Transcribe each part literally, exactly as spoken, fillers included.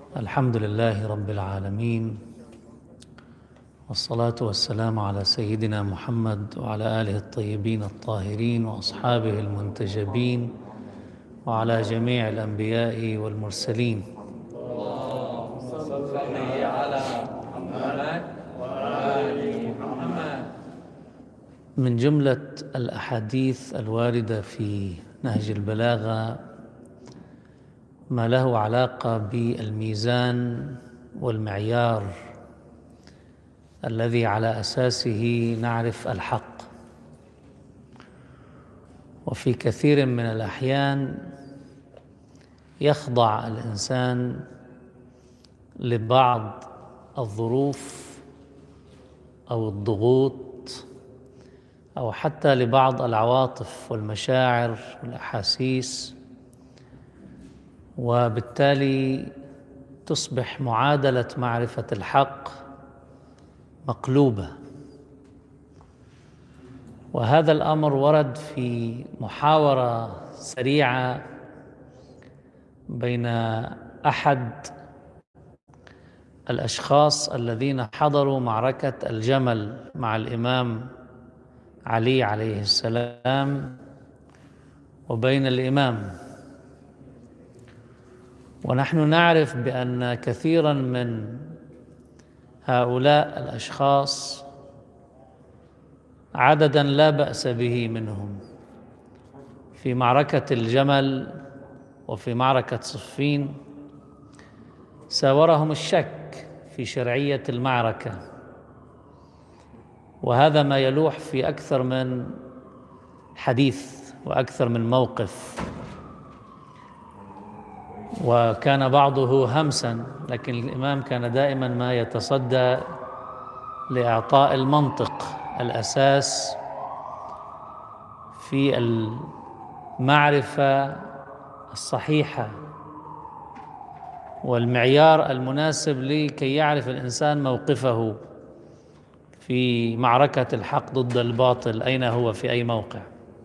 الحمد لله رب العالمين، والصلاة والسلام على سيدنا محمد وعلى آله الطيبين الطاهرين وأصحابه المنتجبين وعلى جميع الأنبياء والمرسلين. اللهم صل على محمد وآل محمد. من جملة الأحاديث الواردة في نهج البلاغة ما له علاقة بالميزان والمعيار الذي على أساسه نعرف الحق. وفي كثير من الأحيان يخضع الإنسان لبعض الظروف أو الضغوط أو حتى لبعض العواطف والمشاعر والأحاسيس، وبالتالي تصبح معادلة معرفة الحق مقلوبة. وهذا الأمر ورد في محاورة سريعة بين أحد الأشخاص الذين حضروا معركة الجمل مع الإمام علي عليه السلام وبين الإمام. ونحن نعرف بأن كثيراً من هؤلاء الأشخاص عدداً لا بأس به منهم في معركة الجمل وفي معركة صفين ساورهم الشك في شرعية المعركة، وهذا ما يلوح في أكثر من حديث وأكثر من موقف. وكان بعضه همسا، لكن الإمام كان دائما ما يتصدى لإعطاء المنطق الأساس في المعرفة الصحيحة والمعيار المناسب لكي يعرف الإنسان موقفه في معركة الحق ضد الباطل، أين هو في أي موقع.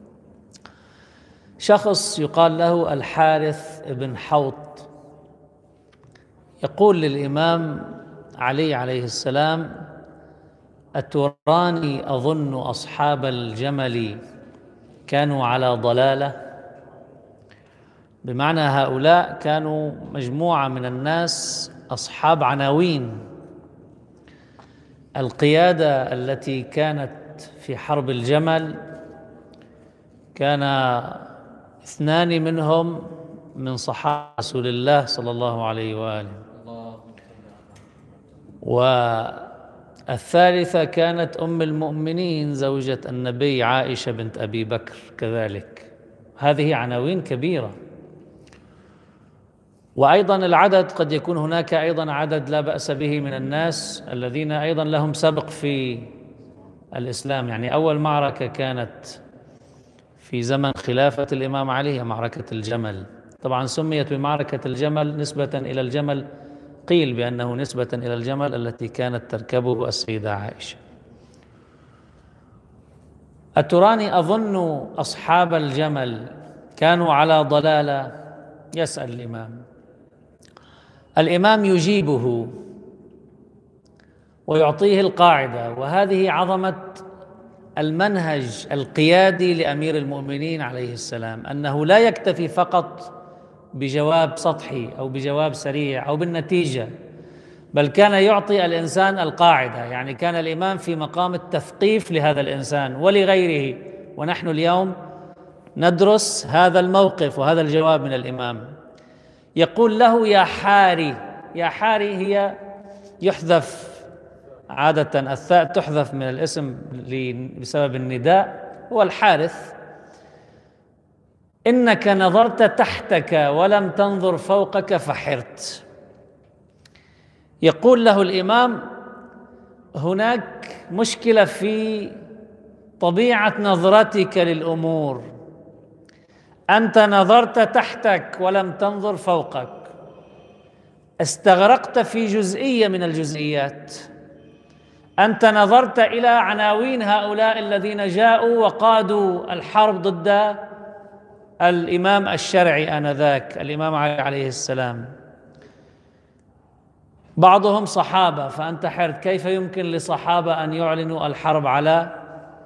شخص يقال له الحارث بن حوط يقول للإمام علي عليه السلام: أتراني أظن أصحاب الجمل كانوا على ضلالة؟ بمعنى هؤلاء كانوا مجموعة من الناس أصحاب عناوين. القيادة التي كانت في حرب الجمل كان اثنان منهم من صحابة رسول الله صلى الله عليه وآله، والثالثة كانت أم المؤمنين زوجة النبي عائشة بنت أبي بكر كذلك. هذه عناوين كبيرة. وأيضا العدد قد يكون هناك أيضا عدد لا بأس به من الناس الذين أيضا لهم سبق في الإسلام. يعني أول معركة كانت في زمن خلافة الإمام علي هي معركة الجمل. طبعا سميت بمعركة الجمل نسبة إلى الجمل، قيل بأنه نسبة إلى الجمل التي كانت تركبه السيدة عائشة. أتراني أظن أصحاب الجمل كانوا على ضلالة؟ يسأل الإمام. الإمام يجيبه ويعطيه القاعدة، وهذه عظمة المنهج القيادي لأمير المؤمنين عليه السلام، أنه لا يكتفي فقط بجواب سطحي أو بجواب سريع أو بالنتيجة، بل كان يعطي الإنسان القاعدة. يعني كان الإمام في مقام التثقيف لهذا الإنسان ولغيره، ونحن اليوم ندرس هذا الموقف وهذا الجواب من الإمام. يقول له: يا حاري. يا حاري هي يحذف عادة، الثاء تحذف من الاسم بسبب النداء، هو الحارث. إنك نظرت تحتك ولم تنظر فوقك فحرت. يقول له الإمام: هناك مشكلة في طبيعة نظرتك للأمور. أنت نظرت تحتك ولم تنظر فوقك، استغرقت في جزئية من الجزئيات. أنت نظرت إلى عناوين هؤلاء الذين جاءوا وقادوا الحرب ضد الإمام الشرعي آنذاك، الإمام علي عليه السلام. بعضهم صحابة، فأنت حرت كيف يمكن لصحابة أن يعلنوا الحرب على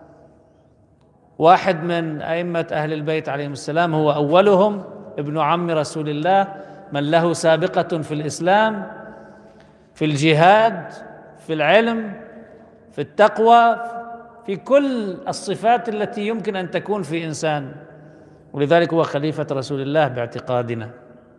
واحد من أئمة أهل البيت عليهم السلام، هو أولهم ابن عم رسول الله، من له سابقة في الإسلام، في الجهاد، في العلم، في التقوى، في كل الصفات التي يمكن أن تكون في إنسان، ولذلك هو خليفة رسول الله باعتقادنا.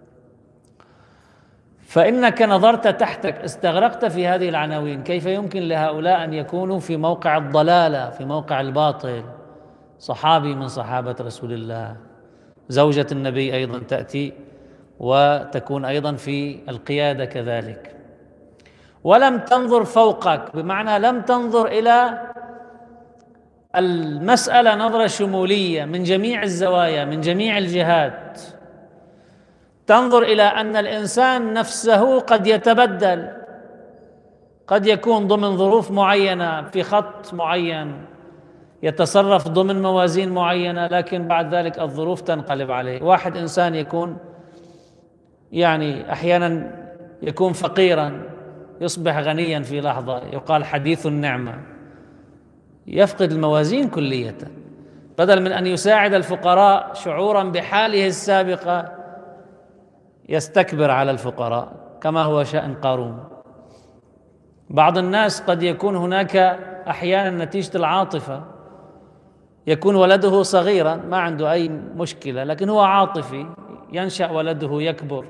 فإنك نظرت تحتك، استغرقت في هذه العناوين، كيف يمكن لهؤلاء أن يكونوا في موقع الضلالة، في موقع الباطل؟ صحابي من صحابة رسول الله، زوجة النبي أيضا تأتي وتكون أيضا في القيادة كذلك. ولم تنظر فوقك، بمعنى لم تنظر إلى المسألة نظرة شمولية من جميع الزوايا، من جميع الجهات. تنظر إلى أن الإنسان نفسه قد يتبدل، قد يكون ضمن ظروف معينة في خط معين، يتصرف ضمن موازين معينة، لكن بعد ذلك الظروف تنقلب عليه. واحد إنسان يكون يعني أحيانا يكون فقيرا يصبح غنيا في لحظة، يقال حديث النعمة، يفقد الموازين كلية. بدل من أن يساعد الفقراء شعورا بحاله السابقة يستكبر على الفقراء، كما هو شأن قارون. بعض الناس قد يكون هناك أحيانا نتيجة العاطفة، يكون ولده صغيرا ما عنده أي مشكلة، لكن هو عاطفي، ينشأ ولده يكبر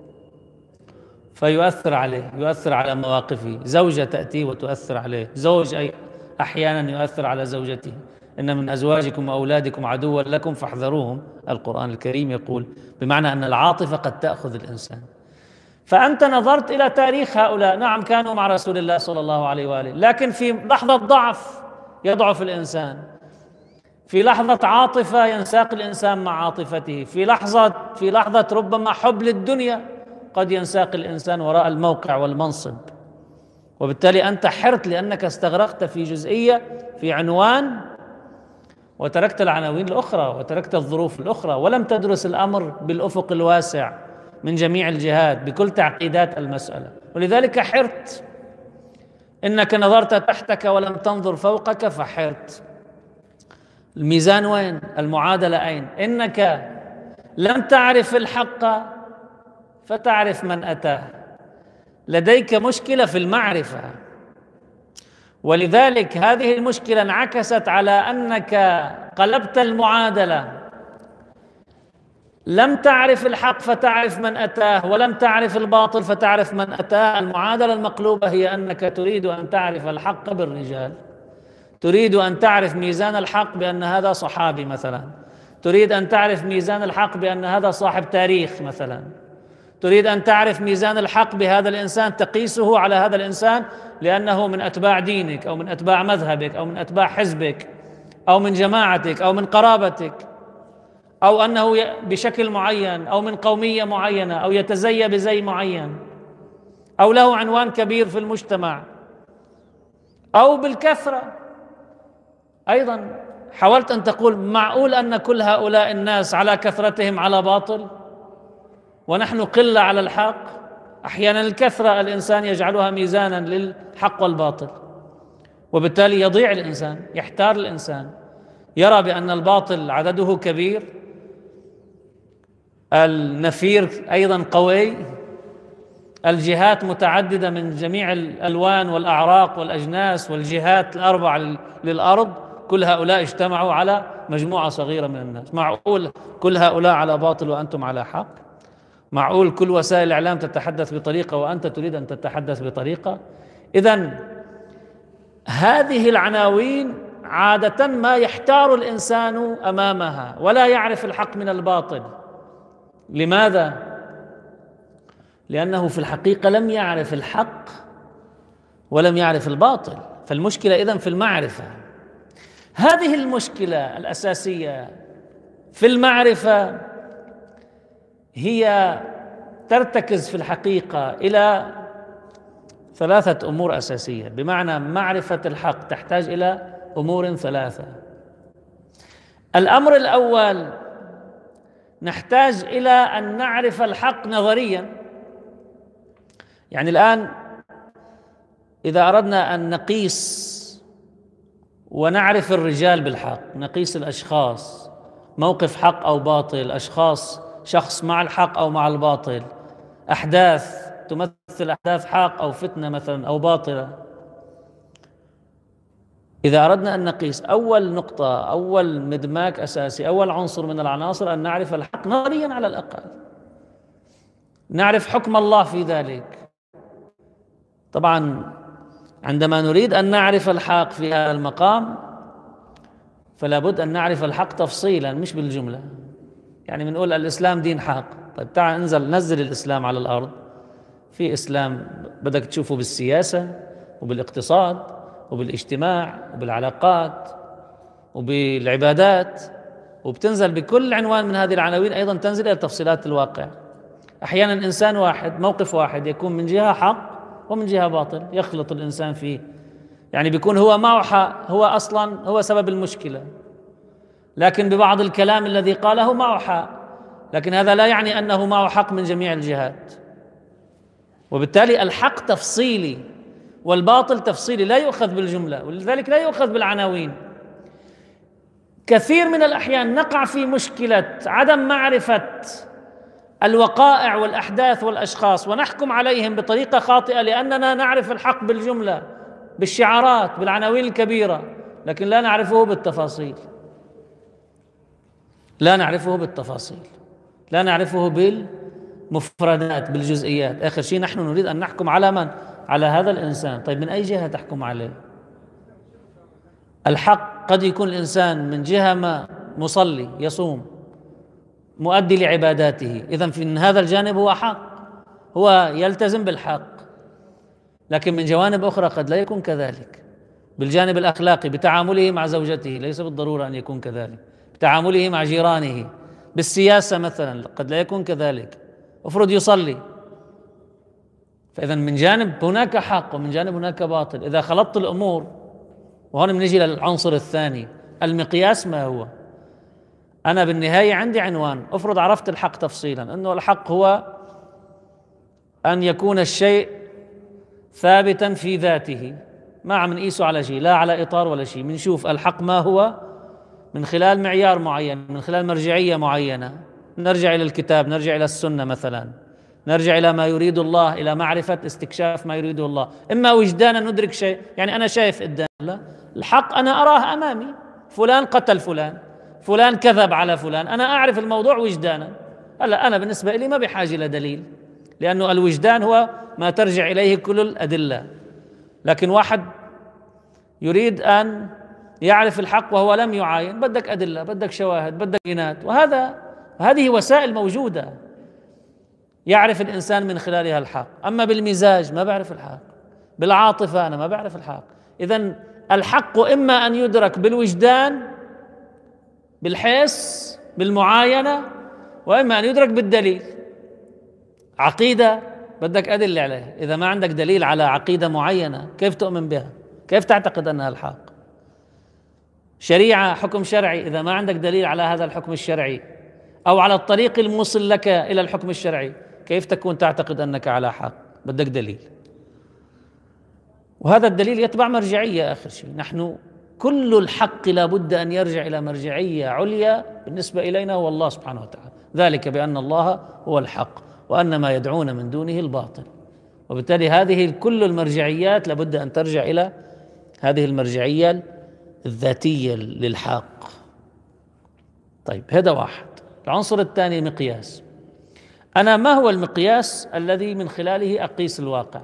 فيؤثر عليه، يؤثر على مواقفه. زوجة تأتي وتؤثر عليه، زوج أي أحيانا يؤثر على زوجته. إن من أزواجكم وأولادكم عدوا لكم فاحذروهم، القرآن الكريم يقول، بمعنى أن العاطفة قد تأخذ الإنسان. فأنت نظرت إلى تاريخ هؤلاء، نعم كانوا مع رسول الله صلى الله عليه وآله، لكن في لحظة ضعف يضعف الإنسان، في لحظة عاطفة ينساق الإنسان مع عاطفته، في لحظة في لحظة ربما حب للدنيا قد ينساق الإنسان وراء الموقع والمنصب. وبالتالي أنت حرت لأنك استغرقت في جزئية، في عنوان، وتركت العناوين الأخرى وتركت الظروف الأخرى، ولم تدرس الأمر بالأفق الواسع من جميع الجهات بكل تعقيدات المسألة. ولذلك حرت، إنك نظرت تحتك ولم تنظر فوقك فحرت. الميزان وين؟ المعادلة أين؟ إنك لم تعرف الحق فتعرف من أتاه، لديك مشكلة في المعرفة، ولذلك هذه المشكلة انعكست على أنك قلبت المعادلة، لم تعرف الحق فتعرف من أتاه، ولم تعرف الباطل فتعرف من أتاه. المعادلة المقلوبة هي أنك تريد أن تعرف الحق بالرجال، تريد أن تعرف ميزان الحق بأن هذا صحابي مثلا، تريد أن تعرف ميزان الحق بأن هذا صاحب تاريخ مثلا، تريد أن تعرف ميزان الحق بهذا الإنسان، تقيسه على هذا الإنسان لأنه من أتباع دينك أو من أتباع مذهبك أو من أتباع حزبك أو من جماعتك أو من قرابتك، أو أنه بشكل معين أو من قومية معينة أو يتزي بزي معين أو له عنوان كبير في المجتمع أو بالكثرة. أيضا حاولت أن تقول معقول أن كل هؤلاء الناس على كثرتهم على باطل ونحن قلة على الحق؟ أحيانا الكثرة الإنسان يجعلها ميزانا للحق والباطل، وبالتالي يضيع الإنسان، يحتار الإنسان، يرى بأن الباطل عدده كبير، النفير أيضا قوي، الجهات متعددة من جميع الألوان والأعراق والأجناس والجهات الأربع للأرض، كل هؤلاء اجتمعوا على مجموعة صغيرة من الناس. معقول كل هؤلاء على باطل وأنتم على حق؟ معقول كل وسائل الإعلام تتحدث بطريقة وأنت تريد أن تتحدث بطريقة؟ إذن هذه العناوين عادة ما يحتار الإنسان أمامها ولا يعرف الحق من الباطل. لماذا؟ لأنه في الحقيقة لم يعرف الحق ولم يعرف الباطل. فالمشكلة إذن في المعرفة. هذه المشكلة الأساسية في المعرفة هي ترتكز في الحقيقة إلى ثلاثة أمور أساسية، بمعنى معرفة الحق تحتاج إلى أمور ثلاثة. الأمر الأول، نحتاج إلى أن نعرف الحق نظريا. يعني الآن إذا أردنا أن نقيس ونعرف الرجال بالحق، نقيس الأشخاص، موقف حق أو باطل، أشخاص، شخص مع الحق أو مع الباطل، أحداث تمثل أحداث حق أو فتنة مثلا أو باطلة. إذا أردنا أن نقيس، أول نقطة، أول مدماج أساسي، أول عنصر من العناصر أن نعرف الحق نظريا على الأقل، نعرف حكم الله في ذلك. طبعا عندما نريد أن نعرف الحق في هذا المقام فلا بد أن نعرف الحق تفصيلا مش بالجملة. يعني بنقول الإسلام دين حق، طيب تعال انزل نزل الإسلام على الأرض. في إسلام بدك تشوفه بالسياسة وبالاقتصاد وبالاجتماع وبالعلاقات وبالعبادات، وبتنزل بكل عنوان من هذه العناوين أيضا تنزل إلى تفصيلات الواقع. أحيانا إنسان واحد، موقف واحد يكون من جهة حق ومن جهة باطل، يخلط الإنسان فيه، يعني بيكون هو معه حق، هو أصلا هو سبب المشكلة، لكن ببعض الكلام الذي قاله معه حق، لكن هذا لا يعني أنه معه حق من جميع الجهات. وبالتالي الحق تفصيلي والباطل تفصيلي، لا يؤخذ بالجملة، ولذلك لا يؤخذ بالعناوين. كثير من الأحيان نقع في مشكلة عدم معرفة الوقائع والأحداث والأشخاص ونحكم عليهم بطريقة خاطئة لأننا نعرف الحق بالجملة، بالشعارات، بالعناوين الكبيرة، لكن لا نعرفه بالتفاصيل، لا نعرفه بالتفاصيل، لا نعرفه بالمفردات، بالجزئيات. آخر شيء نحن نريد أن نحكم على من؟ على هذا الإنسان. طيب من أي جهة تحكم عليه؟ الحق قد يكون الإنسان من جهة ما مصلي، يصوم، مؤدي لعباداته، إذن في هذا الجانب هو حق، هو يلتزم بالحق. لكن من جوانب أخرى قد لا يكون كذلك. بالجانب الأخلاقي، بتعامله مع زوجته ليس بالضرورة أن يكون كذلك، بتعامله مع جيرانه، بالسياسة مثلا قد لا يكون كذلك، أفرض يصلي. فإذا من جانب هناك حق ومن جانب هناك باطل. إذا خلطت الأمور، وهنا بنجي للعنصر الثاني، المقياس ما هو؟ أنا بالنهاية عندي عنوان، أفرض عرفت الحق تفصيلا، أنه الحق هو أن يكون الشيء ثابتا في ذاته، ما عم نقيسه على شيء، لا على إطار ولا شيء، بنشوف الحق ما هو من خلال معيار معين، من خلال مرجعية معينة، نرجع إلى الكتاب، نرجع إلى السنة مثلا، نرجع إلى ما يريد الله، إلى معرفة استكشاف ما يريده الله. إما وجدانا ندرك شيء، يعني أنا شايف قدام، لا الحق أنا أراه أمامي، فلان قتل فلان، فلان كذب على فلان، أنا أعرف الموضوع وجدانا. هلا أنا بالنسبة لي ما بحاجة إلى دليل، لأنه الوجدان هو ما ترجع إليه كل الأدلة. لكن واحد يريد أن يعرف الحق وهو لم يعاين، بدك أدلة، بدك شواهد، بدك بينات، وهذا هذه وسائل موجودة يعرف الإنسان من خلالها الحق. أما بالمزاج ما بعرف الحق، بالعاطفة أنا ما بعرف الحق. إذن الحق إما أن يدرك بالوجدان، بالحس، بالمعاينة، وإما أن يدرك بالدليل. عقيدة بدك أدلة عليها، إذا ما عندك دليل على عقيدة معينة كيف تؤمن بها؟ كيف تعتقد أنها الحق؟ شريعة، حكم شرعي، إذا ما عندك دليل على هذا الحكم الشرعي أو على الطريق الموصل لك إلى الحكم الشرعي، كيف تكون تعتقد أنك على حق؟ بدك دليل، وهذا الدليل يتبع مرجعية. آخر شيء نحن كل الحق لا بد أن يرجع إلى مرجعية عليا بالنسبة إلينا هو الله سبحانه وتعالى، ذلك بأن الله هو الحق وأن ما يدعون من دونه الباطل. وبالتالي هذه كل المرجعيات لابد أن ترجع إلى هذه المرجعية الذاتية للحق. طيب هذا واحد. العنصر الثاني مقياس. أنا ما هو المقياس الذي من خلاله أقيس الواقع؟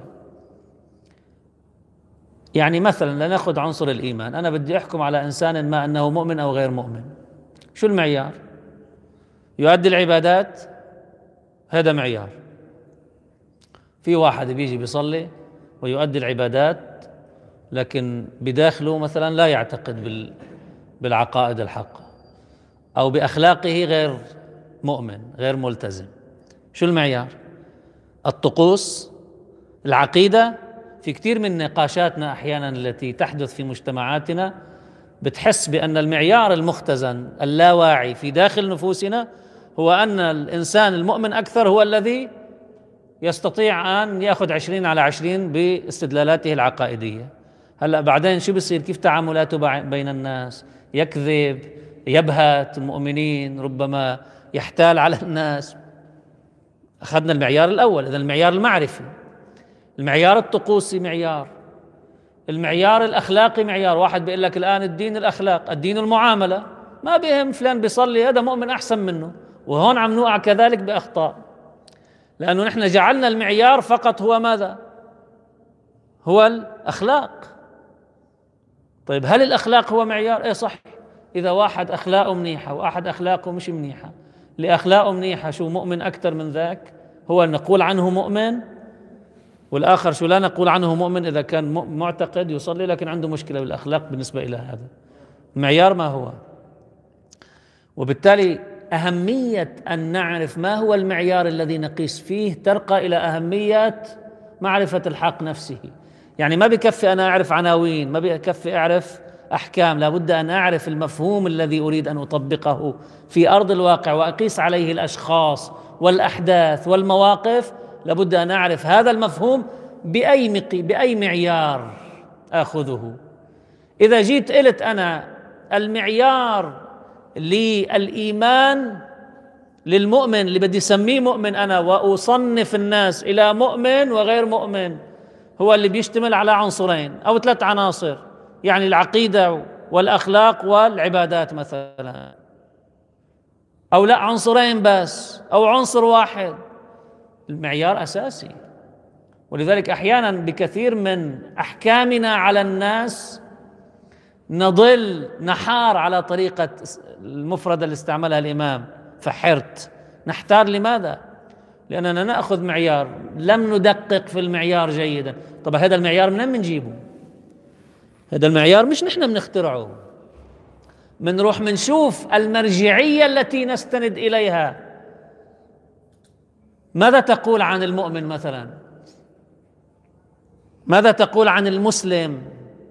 يعني مثلا لنأخذ عنصر الإيمان، أنا بدي أحكم على إنسان ما أنه مؤمن أو غير مؤمن، شو المعيار؟ يؤدي العبادات، هذا معيار. في واحد بيجي بيصلي ويؤدي العبادات لكن بداخله مثلا لا يعتقد بالعقائد الحق، أو بأخلاقه غير مؤمن، غير ملتزم. شو المعيار؟ الطقوس، العقيدة. في كثير من نقاشاتنا أحيانا التي تحدث في مجتمعاتنا بتحس بأن المعيار المختزن اللاواعي في داخل نفوسنا هو أن الإنسان المؤمن أكثر هو الذي يستطيع أن يأخذ عشرين على عشرين باستدلالاته العقائدية. هلأ بعدين شو بصير؟ كيف تعاملاته بين الناس؟ يكذب، يبهت المؤمنين، ربما يحتال على الناس. أخذنا المعيار الأول، إذا المعيار المعرفي. المعيار الطقوسي معيار، المعيار الأخلاقي معيار. واحد بيقول لك الآن الدين الأخلاق، الدين المعاملة، ما بهم فلان بيصلي هذا مؤمن أحسن منه، وهون عم نوقع كذلك بأخطاء، لأنه نحن جعلنا المعيار فقط هو ماذا؟ هو الأخلاق. طيب هل الأخلاق هو معيار؟ إيه صح، إذا واحد أخلاقه منيحة وواحد أخلاقه مش منيحة، اللي أخلاقه منيحة شو مؤمن أكثر من ذاك؟ هو نقول عنه مؤمن، والآخر شو لا نقول عنه مؤمن إذا كان معتقد يصلي لكن عنده مشكلة بالأخلاق بالنسبة إلى هذا المعيار ما هو. وبالتالي أهمية أن نعرف ما هو المعيار الذي نقيس فيه ترقى إلى أهمية معرفة الحق نفسه. يعني ما بكفي أنا أعرف عناوين، ما بكفي أعرف أحكام، لابد أن أعرف المفهوم الذي أريد أن أطبقه في أرض الواقع وأقيس عليه الأشخاص والأحداث والمواقف. لابد أن أعرف هذا المفهوم بأي مقي بأي معيار آخذه. إذا جيت قلت أنا المعيار للإيمان للمؤمن اللي بدي سميه مؤمن أنا، وأصنف الناس إلى مؤمن وغير مؤمن، هو اللي بيشتمل على عنصرين أو ثلاث عناصر، يعني العقيدة والأخلاق والعبادات مثلا، أو لا عنصرين بس أو عنصر واحد. المعيار أساسي. ولذلك أحيانا بكثير من أحكامنا على الناس نضل نحار على طريقة المفردة اللي استعملها الإمام فحرت. نحتار لماذا؟ لأننا نأخذ معيار لم ندقق في المعيار جيدا. طب هذا المعيار منين منجيبه؟ هذا المعيار مش نحن بنخترعه، منروح منشوف المرجعية التي نستند إليها. ماذا تقول عن المؤمن مثلا؟ ماذا تقول عن المسلم؟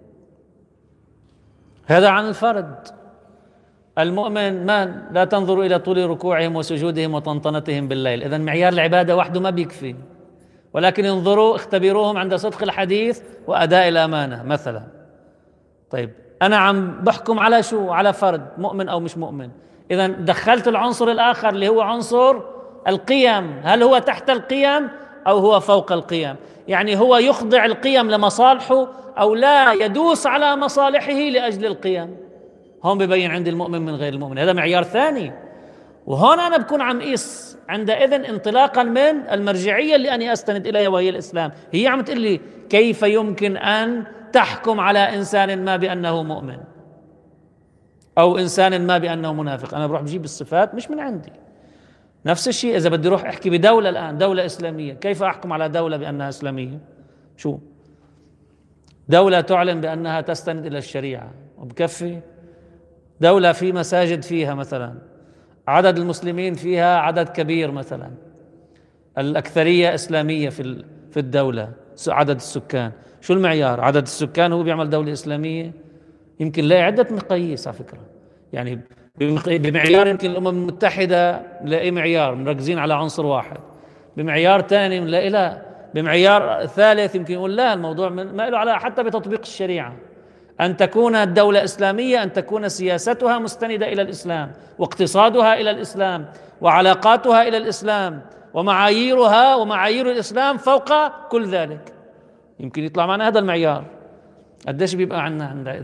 هذا عن الفرد. المؤمن ما لا تنظروا إلى طول ركوعهم وسجودهم وطنطنتهم بالليل. إذن معيار العبادة وحده ما بيكفي، ولكن انظروا اختبروهم عند صدق الحديث وأداء الأمانة مثلا. طيب أنا عم بحكم على شو؟ على فرد مؤمن أو مش مؤمن. إذن دخلت العنصر الآخر اللي هو عنصر القيم. هل هو تحت القيم أو هو فوق القيم؟ يعني هو يخضع القيم لمصالحه أو لا يدوس على مصالحه لأجل القيم. هون ببين عندي المؤمن من غير المؤمن، هذا معيار ثاني. وهون أنا بكون عم قيس عندئذ انطلاقا من المرجعية اللي أنا أستند إليها وهي الإسلام. هي عم تقول لي كيف يمكن أن تحكم على إنسان ما بأنه مؤمن أو إنسان ما بأنه منافق. أنا بروح بجيب الصفات مش من عندي. نفس الشيء إذا بدي أروح أحكي بدولة الآن، دولة إسلامية، كيف أحكم على دولة بأنها إسلامية؟ شو؟ دولة تعلن بأنها تستند إلى الشريعة وبكفي؟ دولة في مساجد فيها مثلا، عدد المسلمين فيها عدد كبير مثلا، الأكثرية إسلامية في في الدولة، عدد السكان، شو المعيار؟ عدد السكان هو بيعمل دولة إسلامية؟ يمكن لا عدة مقاييس على فكرة. يعني بمعيار يمكن الأمم المتحدة نلاقي معيار مركزين على عنصر واحد، بمعيار ثاني نلاقي لا، بمعيار ثالث يمكن يقول لا الموضوع ما له علاقة حتى بتطبيق الشريعة. أن تكون الدولة إسلامية، أن تكون سياستها مستندة إلى الإسلام واقتصادها إلى الإسلام وعلاقاتها إلى الإسلام ومعاييرها ومعايير الإسلام فوق كل ذلك. يمكن يطلع معنا هذا المعيار، قديش بيبقى عنا عندئذ؟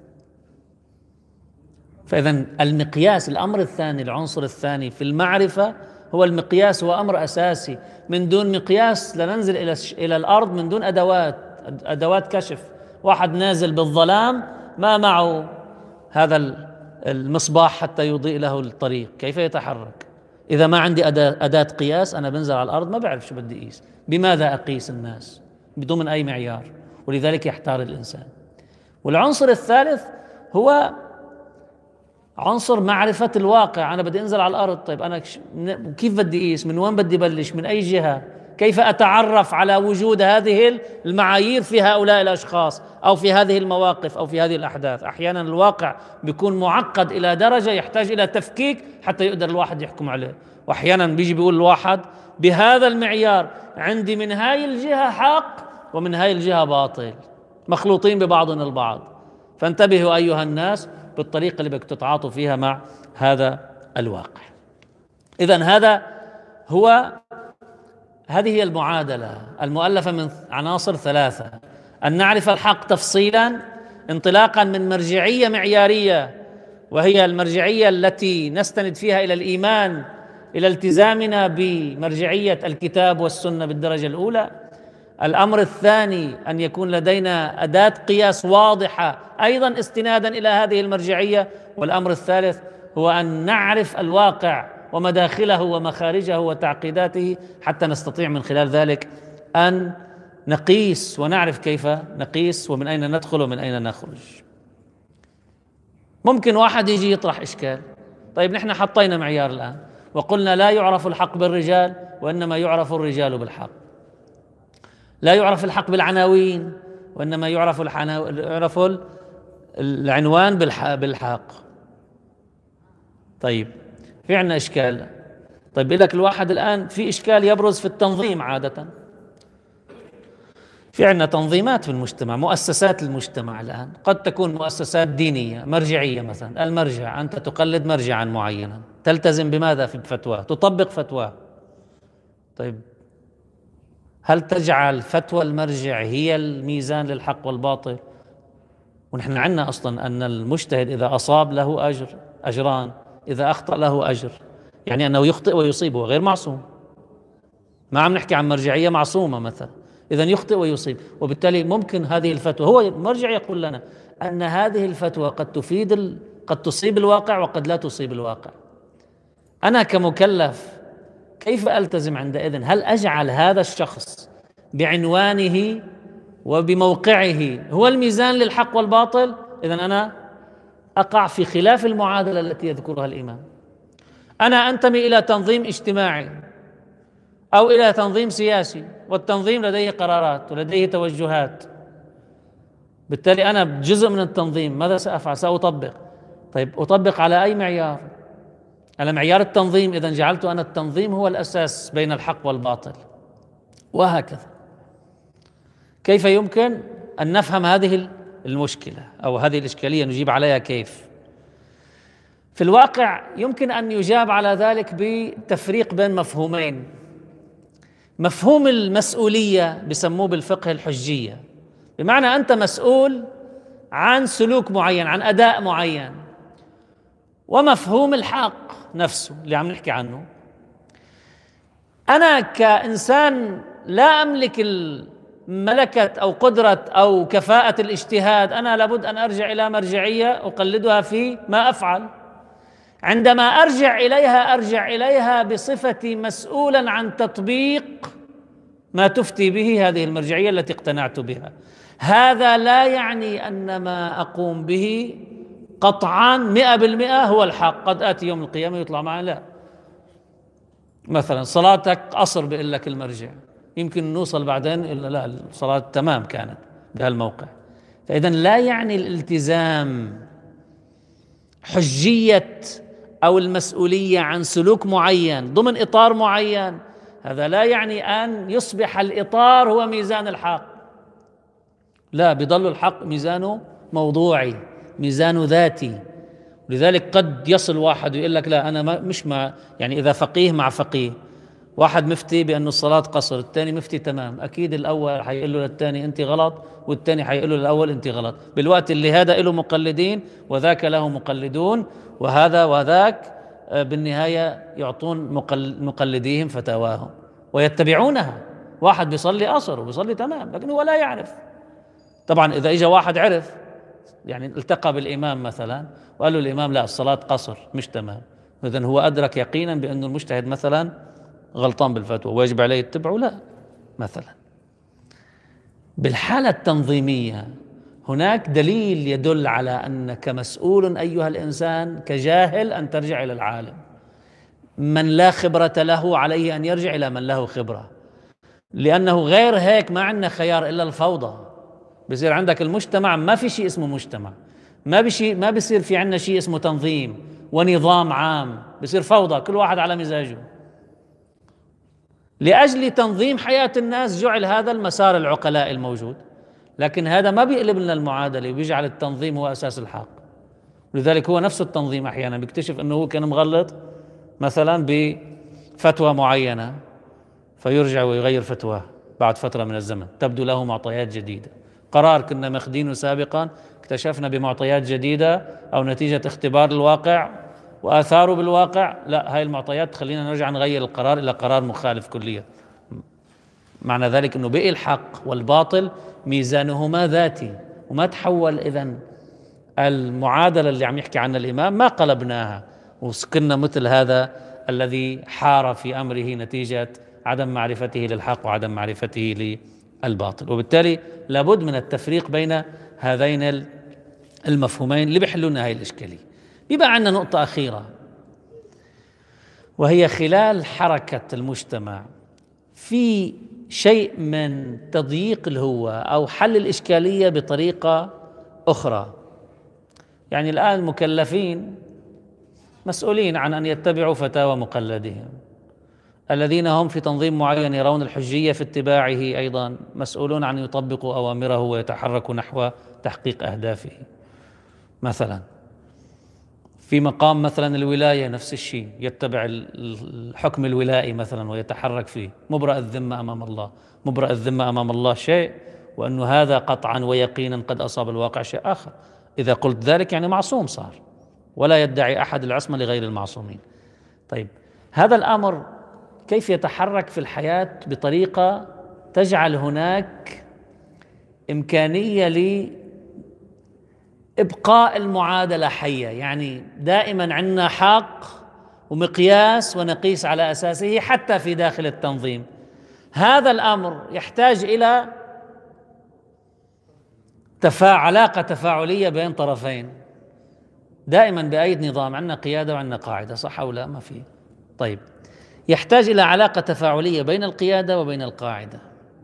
فإذا المقياس، الأمر الثاني، العنصر الثاني في المعرفة هو المقياس، هو أمر أساسي. من دون مقياس لننزل إلى إلى الأرض من دون أدوات أدوات كشف. واحد نازل بالظلام ما معه هذا المصباح حتى يضيء له الطريق، كيف يتحرك؟ إذا ما عندي أداة, أداة قياس أنا بنزل على الأرض ما بعرف شو بدي أقيس. بماذا أقيس الناس؟ بدون أي معيار، ولذلك يحتار الإنسان. والعنصر الثالث هو عنصر معرفة الواقع. أنا بدي أنزل على الأرض، طيب أنا كيف بدي أقيس؟ من وين بدي بلش؟ من أي جهة؟ كيف أتعرف على وجود هذه المعايير في هؤلاء الأشخاص أو في هذه المواقف أو في هذه الأحداث؟ أحيانا الواقع بيكون معقد إلى درجة يحتاج إلى تفكيك حتى يقدر الواحد يحكم عليه. وأحيانا بيجي بيقول الواحد بهذا المعيار، عندي من هاي الجهة حق ومن هاي الجهة باطل، مخلوطين ببعضهم البعض. فانتبهوا أيها الناس بالطريقة اللي بدك تتعاطوا فيها مع هذا الواقع. إذن هذا هو هذه هي المعادلة المؤلفة من عناصر ثلاثة: أن نعرف الحق تفصيلا انطلاقا من مرجعية معيارية، وهي المرجعية التي نستند فيها إلى الإيمان، إلى التزامنا بمرجعية الكتاب والسنة بالدرجة الأولى. الأمر الثاني أن يكون لدينا أداة قياس واضحة أيضا استنادا إلى هذه المرجعية. والأمر الثالث هو أن نعرف الواقع ومداخله ومخارجه وتعقيداته حتى نستطيع من خلال ذلك أن نقيس ونعرف كيف نقيس ومن أين ندخل ومن أين نخرج. ممكن واحد يجي يطرح إشكال: طيب نحن حطينا معيار الآن وقلنا لا يعرف الحق بالرجال وإنما يعرف الرجال بالحق، لا يعرف الحق بالعناوين وإنما يعرف يعرف العنوان بالحق. طيب في عندنا إشكال. طيب لك الواحد الآن في إشكال يبرز في التنظيم. عادة في عندنا تنظيمات في المجتمع، مؤسسات المجتمع الآن قد تكون مؤسسات دينية مرجعية، مثلا المرجع، أنت تقلد مرجعا معينا، تلتزم بماذا في فتوى، تطبق فتوى. طيب هل تجعل فتوى المرجع هي الميزان للحق والباطل؟ ونحن عندنا أصلا أن المجتهد إذا أصاب له أجر أجران، إذا أخطأ له أجر، يعني أنه يخطئ ويصيب، هو غير معصوم. ما عم نحكي عن مرجعية معصومة مثلا، إذا يخطئ ويصيب. وبالتالي ممكن هذه الفتوى، هو المرجع يقول لنا أن هذه الفتوى قد تفيد ال... قد تصيب الواقع وقد لا تصيب الواقع. أنا كمكلف كيف ألتزم عندئذ؟ هل أجعل هذا الشخص بعنوانه وبموقعه هو الميزان للحق والباطل؟ إذن أنا أقع في خلاف المعادلة التي يذكرها الإمام. أنا أنتمي إلى تنظيم اجتماعي أو إلى تنظيم سياسي، والتنظيم لديه قرارات ولديه توجهات، بالتالي أنا جزء من التنظيم. ماذا سأفعل؟ سأطبق. طيب أطبق على أي معيار؟ على معيار التنظيم. إذن جعلت أنا التنظيم هو الأساس بين الحق والباطل، وهكذا. كيف يمكن أن نفهم هذه المشكلة أو هذه الإشكالية، نجيب عليها كيف؟ في الواقع يمكن أن يجاب على ذلك بتفريق بين مفهومين. مفهوم المسؤولية بسموه بالفقه الحجية، بمعنى أنت مسؤول عن سلوك معين، عن أداء معين. ومفهوم الحق نفسه اللي عم نحكي عنه، أنا كإنسان لا أملك ملكة أو قدرة أو كفاءة الاجتهاد، أنا لابد أن أرجع إلى مرجعية أقلدها في ما أفعل. عندما أرجع إليها أرجع إليها بصفتي مسؤولا عن تطبيق ما تفتي به هذه المرجعية التي اقتنعت بها. هذا لا يعني أن ما أقوم به قطعا مئة بالمئة هو الحق. قد آتي يوم القيامة يطلع معي لا، مثلا صلاتك قصر بيقول لك المرجع، يمكن نوصل بعدين إلا لا الصلاة تمام كانت بهالموقع. فإذا لا يعني الالتزام حجية أو المسؤولية عن سلوك معين ضمن إطار معين، هذا لا يعني أن يصبح الإطار هو ميزان الحق. لا، بيظل الحق ميزانه موضوعي، ميزانه ذاتي. لذلك قد يصل واحد ويقول لك لا أنا ما مش مع، يعني إذا فقيه مع فقيه، واحد مفتي بأنه الصلاة قصر، الثاني مفتي تمام، أكيد الأول حيقول له للثاني أنت غلط، والثاني حيقول له للأول أنت غلط، بالوقت اللي هذا له مقلدين وذاك له مقلدون، وهذا وذاك بالنهاية يعطون مقلديهم فتاواهم ويتبعونها. واحد بيصلي قصر وبيصلي تمام لكن هو لا يعرف. طبعا إذا إجا واحد عرف، يعني التقى بالإمام مثلا وقال له الإمام لا الصلاة قصر مش تمام، إذن هو أدرك يقينا بأن المجتهد مثلا غلطان بالفتوى ويجب عليه يتبعه، لا مثلا. بالحالة التنظيمية هناك دليل يدل على أنك مسؤول أيها الإنسان كجاهل أن ترجع إلى العالم. من لا خبرة له عليه أن يرجع إلى من له خبرة، لأنه غير هيك ما عندنا خيار إلا الفوضى. بصير عندك المجتمع ما في شيء اسمه مجتمع، ما بشي ما بصير في عندنا شيء اسمه تنظيم ونظام عام، بصير فوضى كل واحد على مزاجه. لأجل تنظيم حياة الناس جعل هذا المسار العقلاء الموجود، لكن هذا ما بيقلب لنا المعادلة وبيجعل التنظيم هو أساس الحق. لذلك هو نفس التنظيم أحيانا بيكتشف أنه هو كان مغلط مثلا بفتوى معينة، فيرجع ويغير فتواه بعد فترة من الزمن، تبدو له معطيات جديدة. قرار كنا ماخذينه سابقا اكتشفنا بمعطيات جديدة أو نتيجة اختبار الواقع وآثاره بالواقع، لا، هاي المعطيات تخلينا نرجع نغير القرار إلى قرار مخالف كليا. معنى ذلك أنه بقي الحق والباطل ميزانهما ذاتي، وما تحول. إذن المعادلة اللي عم يحكي عنها الإمام ما قلبناها وسكننا مثل هذا الذي حار في أمره نتيجة عدم معرفته للحق وعدم معرفته للباطل. وبالتالي لابد من التفريق بين هذين المفهومين اللي بيحلون هاي الإشكالية. يبقى عندنا نقطة أخيرة، وهي خلال حركة المجتمع في شيء من تضييق الهوة أو حل الإشكالية بطريقة أخرى. يعني الآن المكلفين مسؤولين عن أن يتبعوا فتاوى مقلدهم، الذين هم في تنظيم معين يرون الحجية في اتباعه أيضا مسؤولون عن يطبقوا أوامره ويتحركوا نحو تحقيق أهدافه. مثلا في مقام مثلا الولاية نفس الشيء، يتبع الحكم الولائي مثلا ويتحرك فيه، مبرأ الذمة أمام الله. مبرأ الذمة أمام الله شيء، وأنه هذا قطعا ويقينا قد أصاب الواقع شيء آخر. إذا قلت ذلك يعني معصوم صار، ولا يدعي أحد العصمة لغير المعصومين. طيب هذا الأمر كيف يتحرك في الحياة بطريقة تجعل هناك إمكانية لإبقاء المعادلة حية؟ يعني دائما عندنا حق ومقياس ونقيس على أساسه حتى في داخل التنظيم. هذا الأمر يحتاج إلى تفاعل علاقة تفاعلية بين طرفين. دائما بأي نظام عندنا قيادة وعندنا قاعدة، صح أو لا؟ ما في. طيب يحتاج إلى علاقة تفاعلية بين القيادة وبين القاعدة.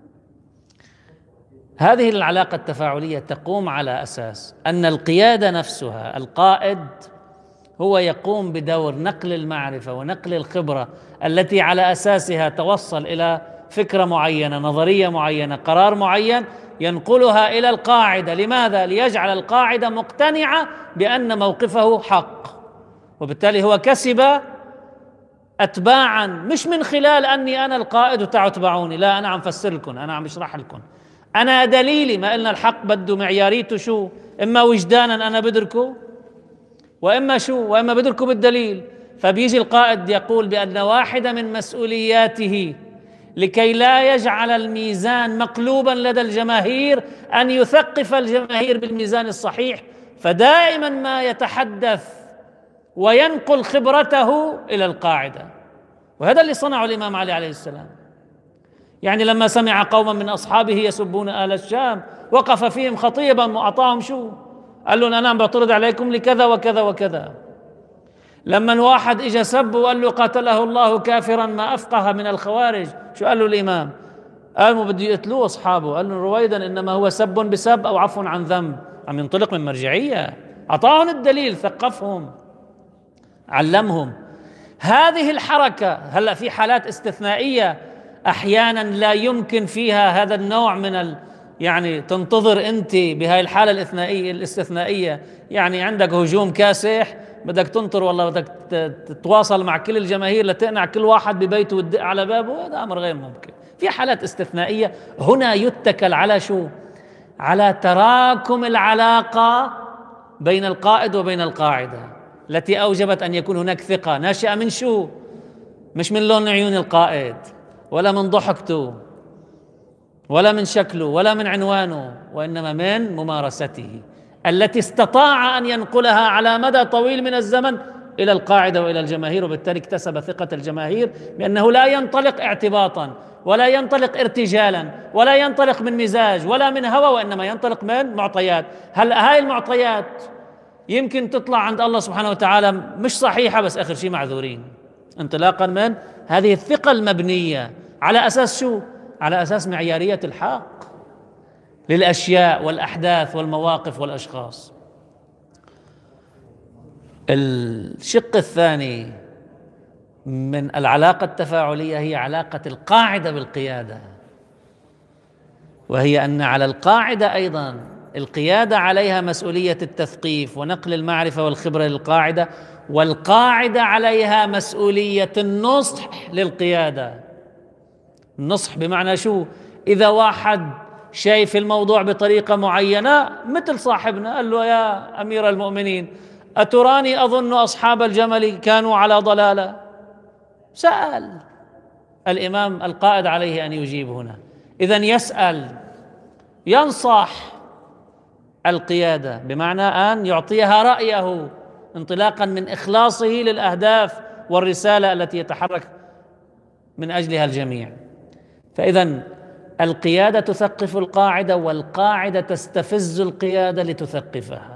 هذه العلاقة التفاعلية تقوم على أساس أن القيادة نفسها، القائد هو يقوم بدور نقل المعرفة ونقل الخبرة التي على أساسها توصل إلى فكرة معينة، نظرية معينة، قرار معين، ينقلها إلى القاعدة. لماذا؟ ليجعل القاعدة مقتنعة بأن موقفه حق، وبالتالي هو كسب أتباعا، مش من خلال أني أنا القائد وتعوا اتبعوني، لا، أنا عم فسر لكم، أنا عم بشرح لكم، أنا دليلي. ما قلنا الحق بده معياريته شو؟ إما وجدانا أنا بدركه، وإما شو؟ وإما بدركه بالدليل. فبيجي القائد يقول بأن واحدة من مسؤولياته لكي لا يجعل الميزان مقلوبا لدى الجماهير أن يثقف الجماهير بالميزان الصحيح، فدائما ما يتحدث وينقل خبرته إلى القاعدة. وهذا اللي صنعه الإمام علي عليه السلام. يعني لما سمع قوما من أصحابه يسبون آل الشام وقف فيهم خطيبا وأعطاهم شو؟ قال لهم أنا عم بعترض عليكم لكذا وكذا وكذا. لما واحد إجا سب وقال له قاتله الله كافرا ما أفقه من الخوارج، شو قال له الإمام؟ قال مو بده يقتلوه أصحابه. قال له رويدا إنما هو سب بسب أو عفو عن ذنب. عم ينطلق من مرجعية، أعطاهم الدليل، ثقفهم، علمهم. هذه الحركة هلأ في حالات استثنائية أحيانا لا يمكن فيها هذا النوع من ال يعني تنتظر أنت بهاي الحالة الاثنائية الاستثنائية، يعني عندك هجوم كاسح، بدك تنطر والله بدك تتواصل مع كل الجماهير لتقنع كل واحد ببيته وتدق على بابه، هذا أمر غير ممكن. في حالات استثنائية هنا يتكل على شو؟ على تراكم العلاقة بين القائد وبين القاعدة التي أوجبت أن يكون هناك ثقة ناشئة من شو؟ مش من لون عيون القائد، ولا من ضحكته، ولا من شكله، ولا من عنوانه، وإنما من ممارسته التي استطاع أن ينقلها على مدى طويل من الزمن إلى القاعدة وإلى الجماهير. وبالتالي اكتسب ثقة الجماهير بأنه لا ينطلق اعتباطا، ولا ينطلق ارتجالا، ولا ينطلق من مزاج ولا من هوى، وإنما ينطلق من معطيات. هل هاي المعطيات يمكن تطلع عند الله سبحانه وتعالى مش صحيحة، بس آخر شيء معذورين، انطلاقا من هذه الثقة المبنية على أساس شو؟ على أساس معيارية الحق للأشياء والأحداث والمواقف والأشخاص. الشق الثاني من العلاقة التفاعلية هي علاقة القاعدة بالقيادة، وهي أن على القاعدة أيضا القيادة عليها مسؤولية التثقيف ونقل المعرفة والخبرة للقاعدة، والقاعدة عليها مسؤولية النصح للقيادة. النصح بمعنى شو؟ إذا واحد شايف الموضوع بطريقة معينة، مثل صاحبنا قال له يا أمير المؤمنين أتراني أظن أصحاب الجمل كانوا على ضلالة؟ سأل الإمام، القائد عليه أن يجيب هنا. إذن يسأل، ينصح القيادة بمعنى أن يعطيها رأيه انطلاقا من إخلاصه للأهداف والرسالة التي يتحرك من أجلها الجميع. فإذن القيادة تثقف القاعدة، والقاعدة تستفز القيادة لتثقفها.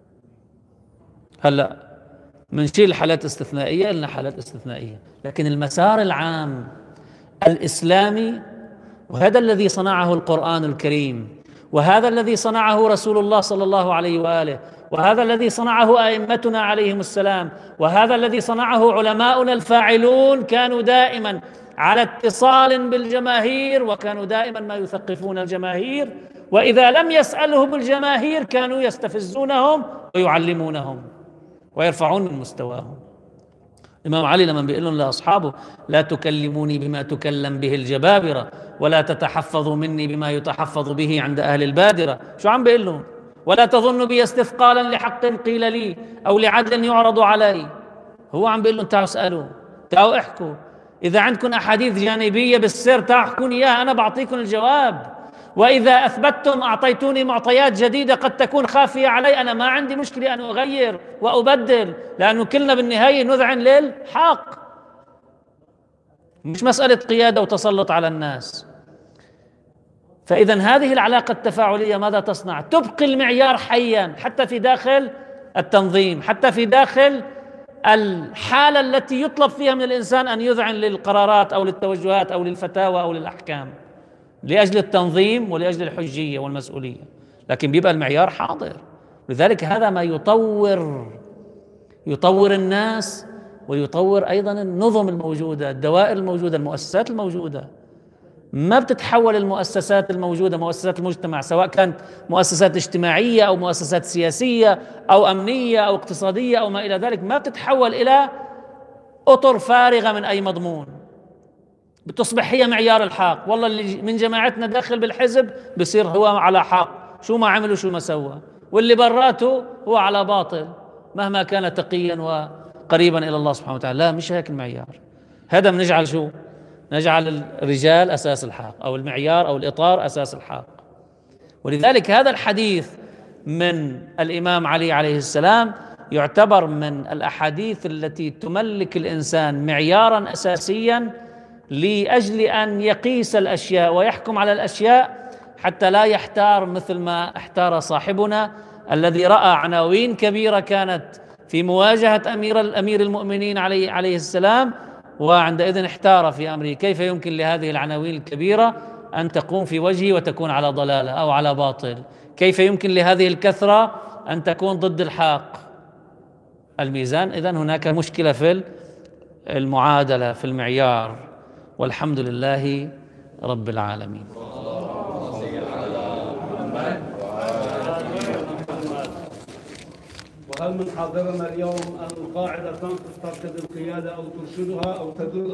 هلأ منشيل حالات استثنائية إلنا حالات استثنائية، لكن المسار العام الإسلامي، وهذا الذي صنعه القرآن الكريم، وهذا الذي صنعه رسول الله صلى الله عليه وآله، وهذا الذي صنعه أئمتنا عليهم السلام، وهذا الذي صنعه علماؤنا الفاعلون، كانوا دائما على اتصال بالجماهير، وكانوا دائما ما يثقفون الجماهير، وإذا لم يسألهم الجماهير كانوا يستفزونهم ويعلمونهم ويرفعون من مستواهم. الإمام علي لما بيقول لهم لأصحابه لا تكلموني بما تكلم به الجبابرة ولا تتحفظوا مني بما يتحفظ به عند أهل البادرة، شو عم بيقول لهم؟ ولا تظنوا بي استثقالا لحق قيل لي أو لعدل يعرض علي. هو عم بيقول لهم تعالوا اسألوا، تعالوا احكوا، إذا عندكم أحاديث جانبية بالسر تعالوا احكوني إياها، أنا بعطيكم الجواب. وإذا أثبتتم أعطيتوني معطيات جديدة قد تكون خافية علي، أنا ما عندي مشكلة أن أغير وأبدل، لأنه كلنا بالنهاية نذعن للحق، مش مسألة قيادة وتسلط على الناس. فإذا هذه العلاقة التفاعلية ماذا تصنع؟ تبقي المعيار حيا حتى في داخل التنظيم، حتى في داخل الحالة التي يطلب فيها من الإنسان أن يذعن للقرارات أو للتوجهات أو للفتاوى أو للأحكام لأجل التنظيم ولأجل الحجية والمسؤولية، لكن بيبقى المعيار حاضر. لذلك هذا ما يطور يطور الناس ويطور أيضا النظم الموجودة، الدوائر الموجودة، المؤسسات الموجودة. ما بتتحول المؤسسات الموجودة، مؤسسات المجتمع، سواء كانت مؤسسات اجتماعية أو مؤسسات سياسية أو أمنية أو اقتصادية أو ما إلى ذلك، ما بتتحول إلى أطر فارغة من أي مضمون، بتصبح هي معيار الحق. والله اللي من جماعتنا داخل بالحزب بصير هو على حق، شو ما عمل وشو ما سوى، واللي براته هو على باطل مهما كان تقيا وقريبا إلى الله سبحانه وتعالى. لا، مش هيك المعيار. هذا بنجعل شو؟ نجعل الرجال أساس الحق، أو المعيار أو الإطار أساس الحق. ولذلك هذا الحديث من الإمام علي عليه السلام يعتبر من الأحاديث التي تملك الإنسان معيارا أساسيا لأجل أن يقيس الأشياء ويحكم على الأشياء، حتى لا يحتار مثل ما احتار صاحبنا الذي رأى عناوين كبيرة كانت في مواجهة أمير الأمير المؤمنين عليه عليه السلام، وعندئذ احتار في أمره كيف يمكن لهذه العناوين الكبيرة أن تقوم في وجهه وتكون على ضلالة أو على باطل، كيف يمكن لهذه الكثرة أن تكون ضد الحق. الميزان، إذن هناك مشكلة في المعادلة في المعيار، والحمد لله رب العالمين. وهل من حاضرنا اليوم القاعدة تنقص تركز القيادة أو ترشدها أو تدل